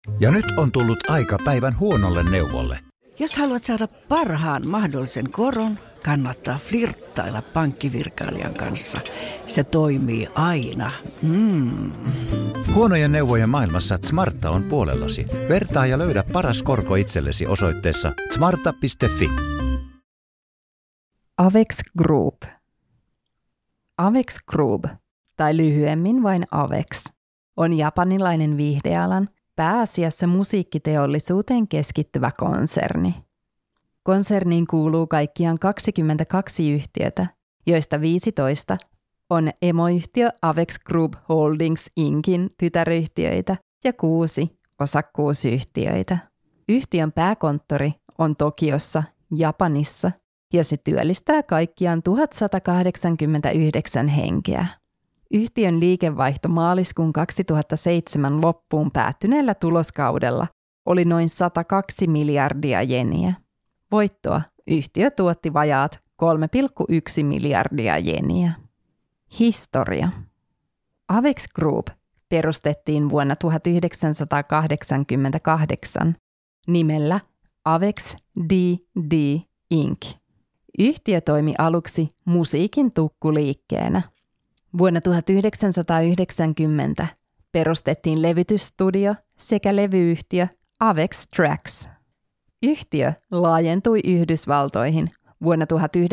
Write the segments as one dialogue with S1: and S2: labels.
S1: Ja nyt on tullut aika päivän huonolle neuvolle.
S2: Jos haluat saada parhaan mahdollisen koron, kannattaa flirttailla pankkivirkailijan kanssa. Se toimii aina.
S1: Huonojen neuvojen maailmassa Smarta on puolellasi. Vertaa ja löydä paras korko itsellesi osoitteessa smarta.fi.
S3: Avex Group. Avex Group, tai lyhyemmin vain Avex, on japanilainen viihdealan, pääasiassa musiikkiteollisuuteen keskittyvä konserni. Konserniin kuuluu kaikkiaan 22 yhtiötä, joista 15 on emoyhtiö Avex Group Holdings Incin tytäryhtiöitä ja 6 osakkuusyhtiöitä. Yhtiön pääkonttori on Tokiossa, Japanissa, ja se työllistää kaikkiaan 1189 henkeä. Yhtiön liikevaihto maaliskuun 2007 loppuun päättyneellä tuloskaudella oli noin 102 miljardia jeniä. Voittoa yhtiö tuotti vajaat 3,1 miljardia jeniä. Historia. Avex Group perustettiin vuonna 1988 nimellä Avex D&D Inc. Yhtiö toimi aluksi musiikin tukkuliikkeenä. Vuonna 1990 perustettiin levytysstudio sekä levyyhtiö Avex Trax. Yhtiö laajentui Yhdysvaltoihin vuonna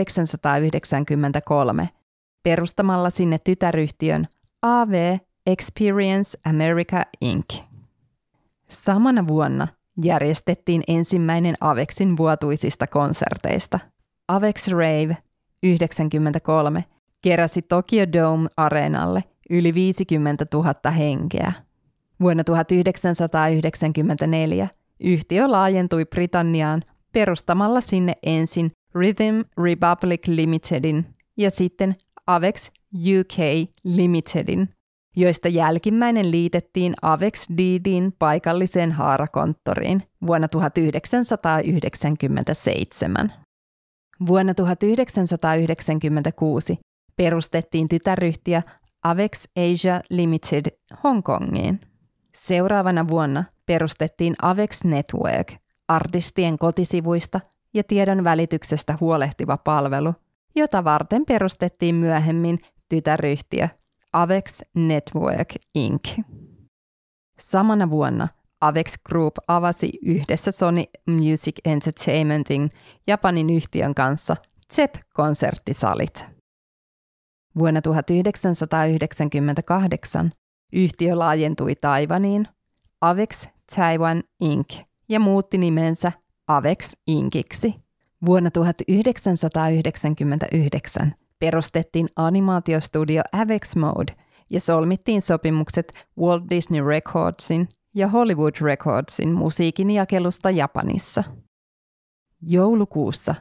S3: 1993 perustamalla sinne tytäryhtiön AV Experience America Inc. Samana vuonna järjestettiin ensimmäinen Avexin vuotuisista konserteista. Avex Rave 93 keräsi Tokyo Dome-areenalle yli 50 000 henkeä. Vuonna 1994 yhtiö laajentui Britanniaan perustamalla sinne ensin Rhythm Republic Limitedin ja sitten Avex UK Limitedin, joista jälkimmäinen liitettiin Avex D&D:n paikalliseen haarakonttoriin vuonna 1997. Vuonna 1996 perustettiin tytäryhtiö Avex Asia Limited Hongkongiin. Seuraavana vuonna perustettiin Avex Network, artistien kotisivuista ja tiedon välityksestä huolehtiva palvelu, jota varten perustettiin myöhemmin tytäryhtiö Avex Network Inc. Samana vuonna Avex Group avasi yhdessä Sony Music Entertainmentin Japanin yhtiön kanssa ZEP-konserttisalit. Vuonna 1998 yhtiö laajentui Taiwaniin Avex Taiwan Inc. ja muutti nimensä Avex Inciksi. Vuonna 1999 perustettiin animaatiostudio Avex Mode ja solmittiin sopimukset Walt Disney Recordsin ja Hollywood Recordsin musiikin jakelusta Japanissa. Joulukuussa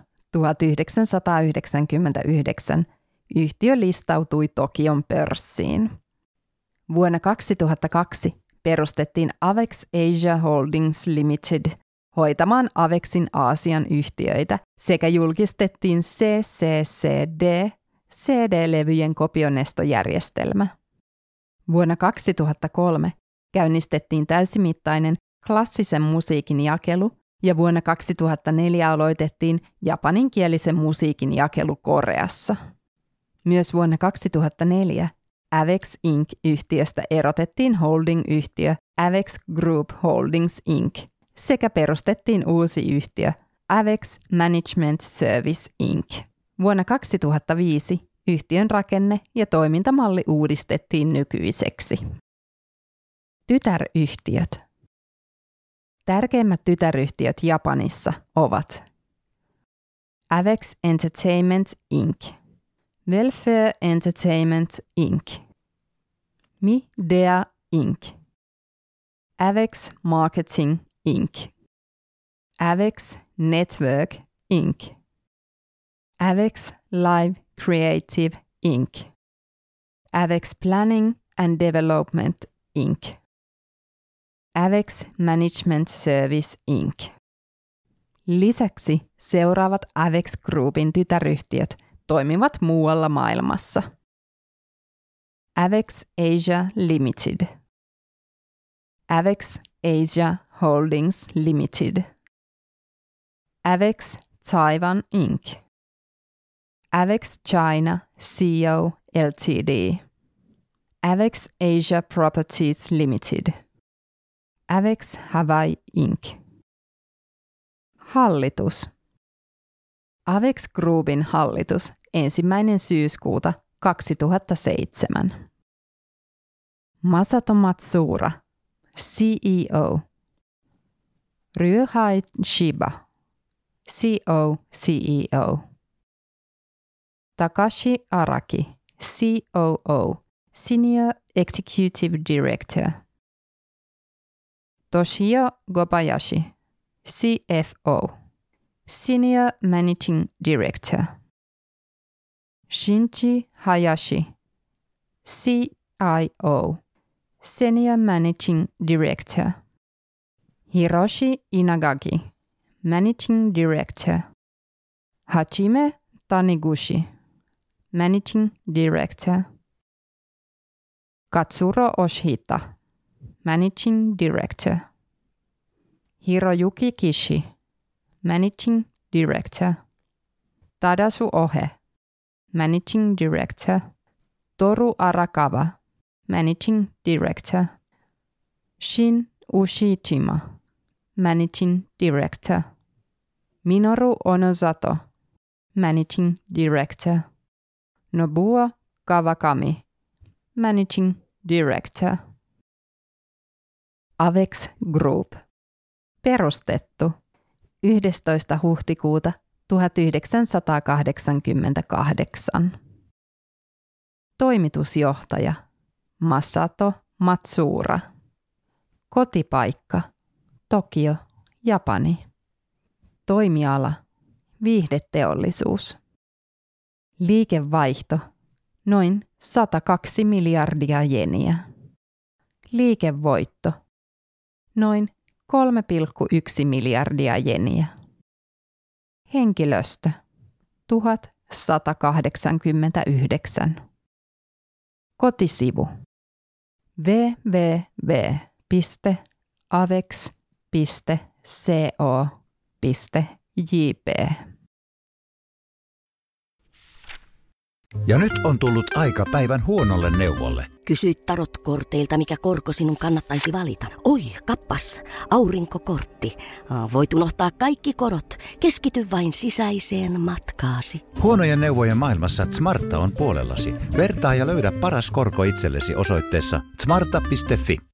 S3: 1999 yhtiö listautui Tokion pörssiin. Vuonna 2002 perustettiin Avex Asia Holdings Limited hoitamaan Avexin Aasian yhtiöitä sekä julkistettiin CCCD CD-levyjen kopionestojärjestelmä. Vuonna 2003 käynnistettiin täysimittainen klassisen musiikin jakelu ja vuonna 2004 aloitettiin japaninkielisen musiikin jakelu Koreassa. Myös vuonna 2004 Avex Inc.-yhtiöstä erotettiin holding-yhtiö Avex Group Holdings Inc. sekä perustettiin uusi yhtiö Avex Management Service Inc. Vuonna 2005 yhtiön rakenne ja toimintamalli uudistettiin nykyiseksi. Tytäryhtiöt. Tärkeimmät tytäryhtiöt Japanissa ovat Avex Entertainment Inc., Welfare Entertainment Inc., Midea Inc., Avex Marketing Inc., Avex Network Inc., Avex Live Creative Inc., Avex Planning and Development Inc., Avex Management Service Inc. Lisäksi seuraavat Avex Groupin tytäryhtiöt toimivat muualla maailmassa. Avex Asia Limited, Avex Asia Holdings Limited, Avex Taiwan Inc., Avex China Co. Ltd., Avex Asia Properties Limited, Avex Hawaii Inc. Hallitus. Avex Groupin hallitus 1. syyskuuta 2007. Masato Matsuura, CEO. Ryuhei Shiba, CEO. Takashi Araki, COO, Senior Executive Director. Toshio Kobayashi, CFO, Senior Managing Director. Shinji Hayashi, CIO, Senior Managing Director. Hiroshi Inagaki, Managing Director. Hajime Taniguchi, Managing Director. Katsuro Oshita, Managing Director. Hiroyuki Kishi, Managing Director. Tadasu Ohe, Managing Director. Toru Arakawa, Managing Director. Shin Ushijima, Managing Director. Minoru Onosato, Managing Director. Nobuo Kawakami, Managing Director. Avex Group. Perustettu 11. huhtikuuta 1988. Toimitusjohtaja Masato Matsuura. Kotipaikka Tokio, Japani. Toimiala viihdeteollisuus. Liikevaihto noin 102 miljardia jeniä. Liikevoitto noin 3,1 miljardia jeniä. Henkilöstö 1189. Kotisivu www.avex.co.jp.
S1: Ja nyt on tullut aika päivän huonolle neuvolle.
S4: Kysy tarotkorteilta, mikä korko sinun kannattaisi valita. Oi, kappas, aurinkokortti. Voit unohtaa kaikki korot. Keskity vain sisäiseen matkaasi.
S1: Huonojen neuvojen maailmassa Smarta on puolellasi. Vertaa ja löydä paras korko itsellesi osoitteessa smarta.fi.